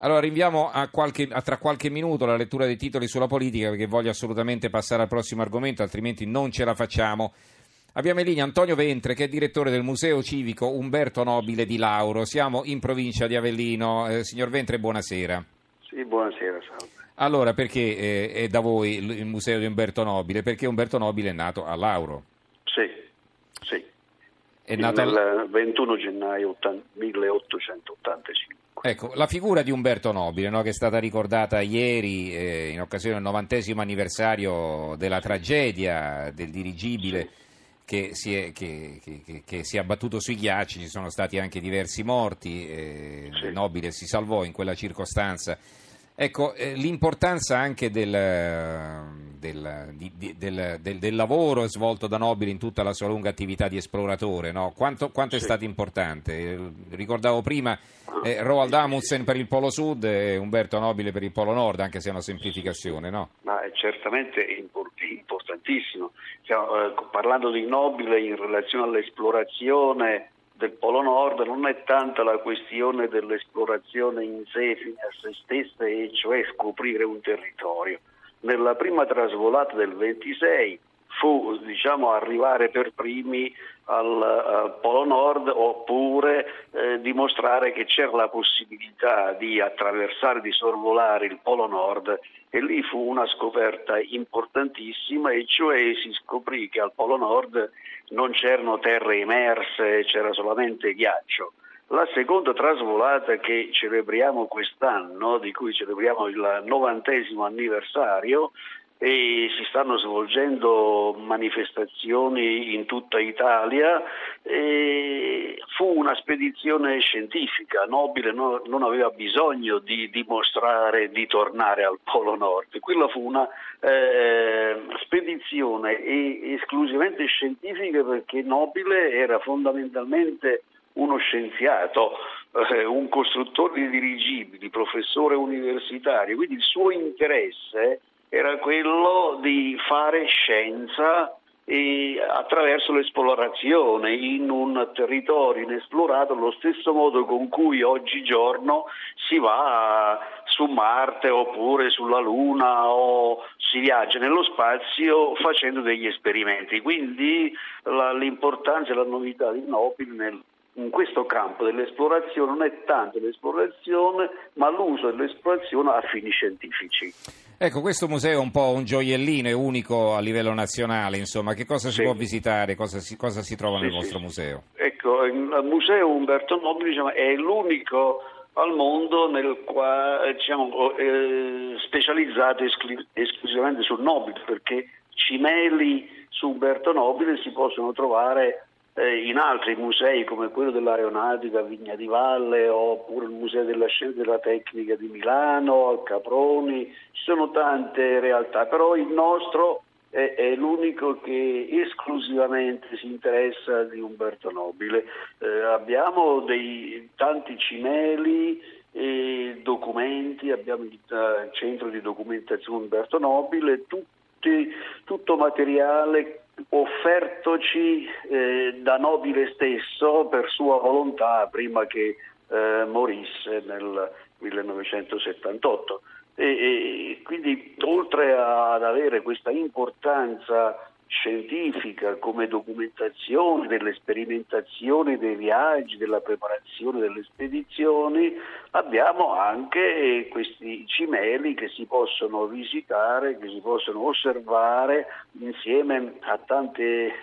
Allora rinviamo a tra qualche minuto la lettura dei titoli sulla politica, perché voglio assolutamente passare al prossimo argomento, altrimenti non ce la facciamo. Abbiamo in linea Antonio Ventre, che è direttore del Museo Civico Umberto Nobile di Lauro. Siamo in provincia di Avellino. Signor Ventre, buonasera. Sì, buonasera, salve. Allora, perché è da voi il Museo di Umberto Nobile? Perché Umberto Nobile è nato a Lauro. Sì. È nato nel 21 gennaio 1885. Ecco, la figura di Umberto Nobile, no, che è stata ricordata ieri in occasione del 90° anniversario della tragedia del dirigibile che si è abbattuto sui ghiacci. Ci sono stati anche diversi morti, Nobile si salvò in quella circostanza. Ecco, l'importanza anche del lavoro svolto da Nobile in tutta la sua lunga attività di esploratore, no? Quanto è stato importante? Ricordavo prima Roald Amundsen per il Polo Sud e Umberto Nobile per il Polo Nord, anche se è una semplificazione, no? Ma è certamente importantissimo. Stiamo parlando di Nobile in relazione all'esplorazione del Polo Nord. Non è tanta la questione dell'esplorazione in sé, fine a se stessa, e cioè scoprire un territorio. Nella prima trasvolata del 26 fu, arrivare per primi al Polo Nord, oppure dimostrare che c'era la possibilità di attraversare, di sorvolare il Polo Nord, e lì fu una scoperta importantissima, e cioè si scoprì che al Polo Nord non c'erano terre emerse, c'era solamente ghiaccio. La seconda trasvolata che celebriamo quest'anno, di cui celebriamo il 90° anniversario, e si stanno svolgendo manifestazioni in tutta Italia, fu una spedizione scientifica. Nobile non aveva bisogno di dimostrare di tornare al Polo Nord. Quella fu una spedizione esclusivamente scientifica, perché Nobile era fondamentalmente uno scienziato, un costruttore di dirigibili, professore universitario, quindi il suo interesse era quello di fare scienza attraverso l'esplorazione in un territorio inesplorato, allo stesso modo con cui oggigiorno si va su Marte oppure sulla Luna, o si viaggia nello spazio facendo degli esperimenti. Quindi l'importanza e la novità di Nobile in questo campo dell'esplorazione non è tanto l'esplorazione, ma l'uso dell'esplorazione a fini scientifici. Ecco, questo museo è un po' un gioiellino, è unico a livello nazionale, insomma. Che cosa si può visitare, cosa si trova nel vostro museo? Ecco, il Museo Umberto Nobile è l'unico al mondo nel quale specializzato esclusivamente sul Nobile, perché cimeli su Umberto Nobile si possono trovare in altri musei, come quello dell'Aeronautica a Vigna di Valle, oppure il Museo della Scienza e della Tecnica di Milano, al Caproni. Ci sono tante realtà, però il nostro è l'unico che esclusivamente si interessa di Umberto Nobile. Abbiamo tanti cimeli e documenti, abbiamo il centro di documentazione Umberto Nobile, tutto materiale offertoci da Nobile stesso per sua volontà prima che morisse nel 1978. E quindi, oltre ad avere questa importanza scientifica come documentazione delle sperimentazioni, dei viaggi, della preparazione delle spedizioni, abbiamo anche questi cimeli che si possono visitare, che si possono osservare insieme a tante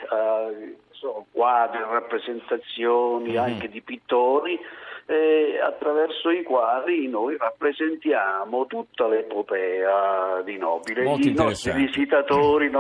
quadri, rappresentazioni anche di pittori, attraverso i quali noi rappresentiamo tutta l'epopea di Nobile. I nostri visitatori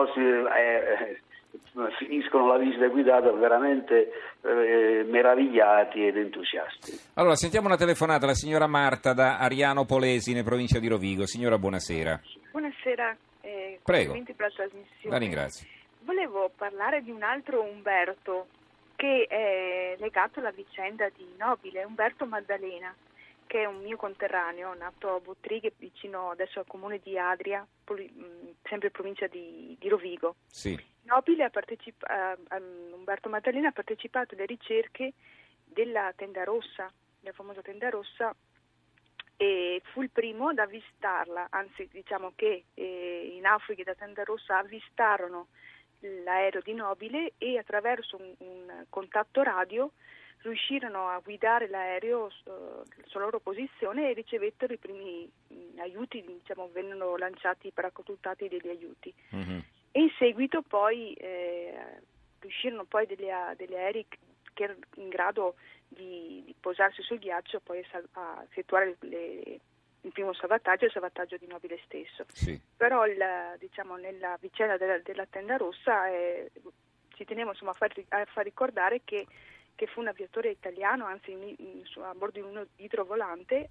finiscono la visita guidata veramente meravigliati ed entusiasti. Allora, sentiamo una telefonata, la signora Marta da Ariano Polesine, provincia di Rovigo. Signora, buonasera. Buonasera, prego. complimenti per la trasmissione. La ringrazio. Volevo parlare di un altro Umberto che è legato alla vicenda di Nobile, Umberto Maddalena, che è un mio conterraneo, nato a Bottrighe, vicino adesso al comune di Adria, sempre provincia di Rovigo. Sì. Nobile Umberto Maddalena ha partecipato alle ricerche della tenda rossa, la famosa tenda rossa, e fu il primo ad avvistarla, anzi diciamo che i naufraghi da Tenda Rossa avvistarono l'aereo di Nobile e attraverso un contatto radio riuscirono a guidare l'aereo sulla loro posizione e ricevettero i primi aiuti, diciamo, vennero lanciati, paracadutati degli aiuti. E in seguito poi riuscirono poi degli aerei che erano in grado di posarsi sul ghiaccio poi a effettuare il primo salvataggio, il salvataggio di Nobile stesso. Sì. Però diciamo, nella vicenda della Tenda Rossa ci teniamo insomma, a far ricordare che fu un aviatore italiano, anzi a bordo di un idrovolante,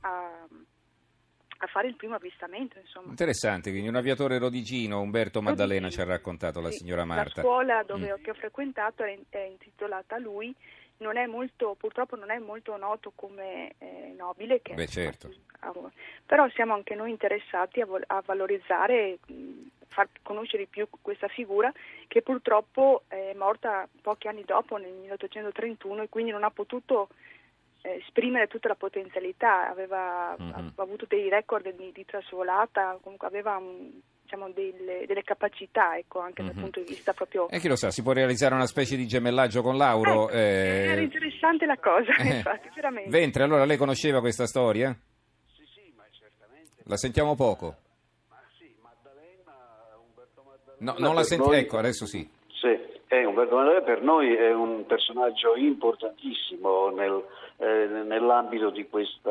a fare il primo avvistamento. Insomma. Interessante, quindi un aviatore rodigino, Umberto Maddalena, ci ha raccontato la signora Marta. La scuola che ho frequentato è intitolata a lui. Purtroppo non è molto noto come Nobile, certo. Però siamo anche noi interessati a valorizzare, far conoscere di più questa figura che purtroppo è morta pochi anni dopo, nel 1831, e quindi non ha potuto esprimere tutta la potenzialità. Aveva avuto dei record di trasvolata, comunque aveva delle capacità, ecco, anche dal punto di vista proprio. E chi lo sa, si può realizzare una specie di gemellaggio con Lauro. Era interessante la cosa, infatti, veramente. Ventre, allora lei conosceva questa storia? Sì, ma certamente. La sentiamo poco. Ma sì, Umberto Maddalena. No, non la sento, ecco, adesso sì. Sì, Umberto Maddalena per noi è un personaggio importantissimo nell'ambito di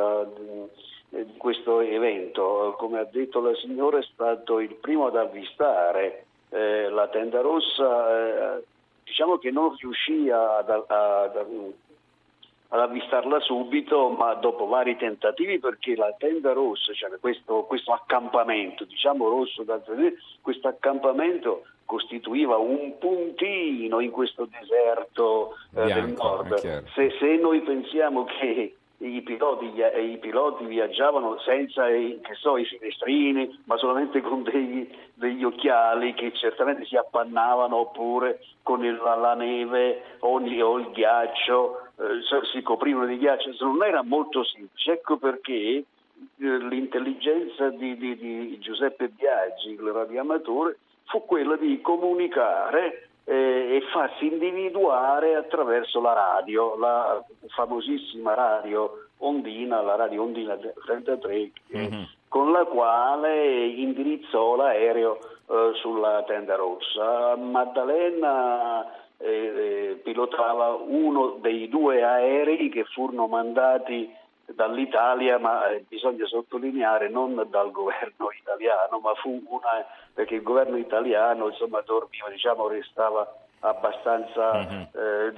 questo evento. Come ha detto la signora, è stato il primo ad avvistare la Tenda Rossa, diciamo che non riuscì ad avvistarla subito, ma dopo vari tentativi, perché la Tenda Rossa, cioè questo accampamento, diciamo rosso, questo accampamento costituiva un puntino in questo deserto del nord. Se noi pensiamo che i piloti viaggiavano senza i finestrini, ma solamente con degli occhiali che certamente si appannavano, oppure con la neve o il ghiaccio, si coprivano di ghiaccio. Non era molto semplice. Ecco perché l'intelligenza di Giuseppe Biagi, il radioamatore, fu quella di comunicare e farsi individuare attraverso la radio, la famosissima radio Ondina, la radio Ondina 33, con la quale indirizzò l'aereo sulla Tenda Rossa. Maddalena pilotava uno dei due aerei che furono mandati dall'Italia, ma bisogna sottolineare non dal governo italiano, ma perché il governo italiano dormiva, restava abbastanza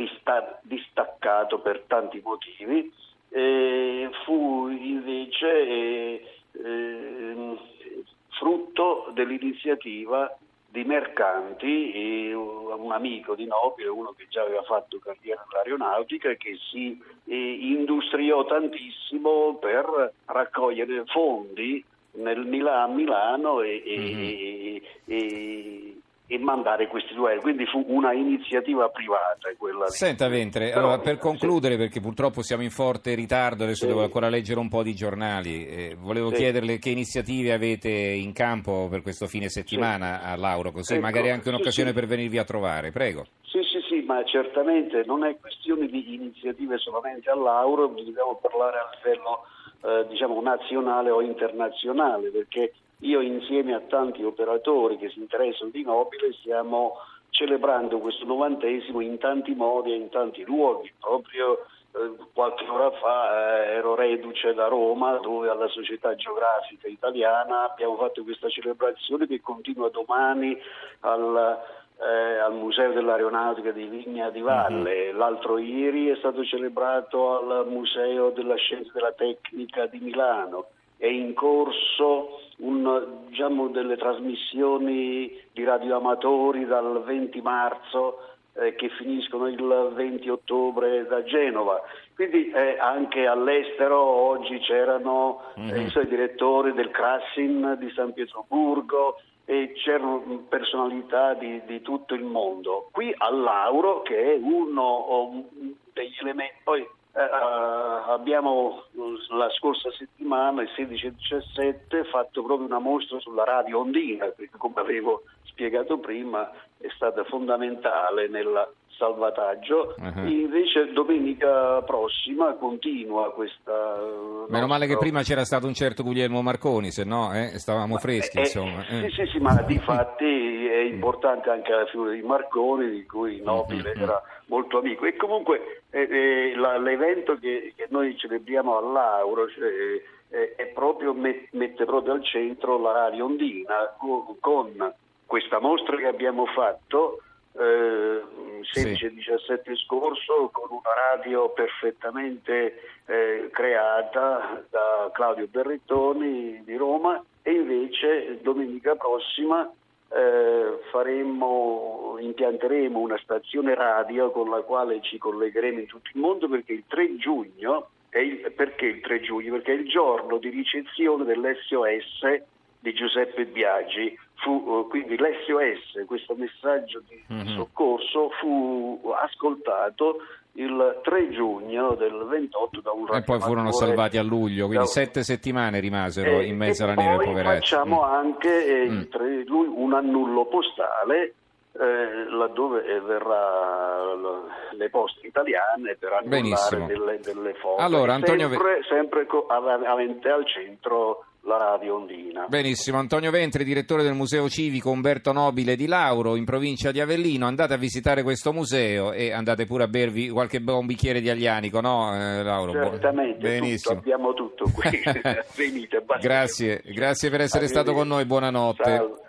distaccato per tanti motivi. Fu invece frutto dell'iniziativa di mercanti, un amico di Nobile, uno che già aveva fatto carriera nell'aeronautica, che si industriò tantissimo per raccogliere fondi a Milano e mandare questi due aerei. Quindi fu una iniziativa privata quella lì. Senta Ventre, allora, per concludere, perché purtroppo siamo in forte ritardo, adesso devo ancora leggere un po' di giornali, volevo chiederle che iniziative avete in campo per questo fine settimana a Lauro, così magari anche un'occasione per venirvi a trovare, prego. Sì, ma certamente non è questione di iniziative solamente a Lauro, dobbiamo parlare a livello nazionale o internazionale, perché io insieme a tanti operatori che si interessano di Nobile stiamo celebrando questo 90° in tanti modi e in tanti luoghi. Proprio qualche ora fa ero reduce da Roma, dove alla Società Geografica Italiana abbiamo fatto questa celebrazione che continua domani al Museo dell'Aeronautica di Vigna di Valle. L'altro ieri è stato celebrato al Museo della Scienza e della Tecnica di Milano. È in corso delle trasmissioni di radioamatori dal 20 marzo che finiscono il 20 ottobre da Genova. Quindi anche all'estero oggi c'erano i suoi direttori del Krassin di San Pietroburgo e c'erano personalità di tutto il mondo. Qui a Lauro, che è uno degli elementi, poi abbiamo la scorsa settimana, il 16 e 17, fatto proprio una mostra sulla radio Ondina, perché come avevo spiegato prima è stata fondamentale nel salvataggio. Invece domenica prossima continua questa Meno male che prima c'era stato un certo Guglielmo Marconi, se no stavamo freschi, insomma. Sì, ma difatti è importante anche la figura di Marconi, di cui Nobile era molto amico. E comunque l'evento che noi celebriamo all'Auro è proprio mette proprio al centro la radio Ondina con questa mostra che abbiamo fatto 16 e 17 scorso, con una radio perfettamente creata da Claudio Berrettoni di Roma, e invece domenica prossima impianteremo una stazione radio con la quale ci collegheremo in tutto il mondo, perché il 3 giugno perché il 3 giugno? Perché è il giorno di ricezione dell'SOS di Giuseppe Biagi. Quindi l'SOS, questo messaggio di soccorso, fu ascoltato il 3 giugno del 28 da un radioamatore. E poi furono salvati a luglio, quindi 7 settimane rimasero in mezzo alla neve, poveretti. Poi facciamo anche il 3 luglio un annullo postale, laddove verrà le poste italiane per annullare delle foto. Allora, Antonio sempre avente al centro la radio Ondina. Benissimo, Antonio Ventri, direttore del Museo Civico Umberto Nobile di Lauro, in provincia di Avellino. Andate a visitare questo museo e andate pure a bervi qualche buon bicchiere di Aglianico, no Lauro? Certamente, benissimo. Abbiamo tutto qui. Venite, grazie per essere stato con noi, buonanotte. Ciao.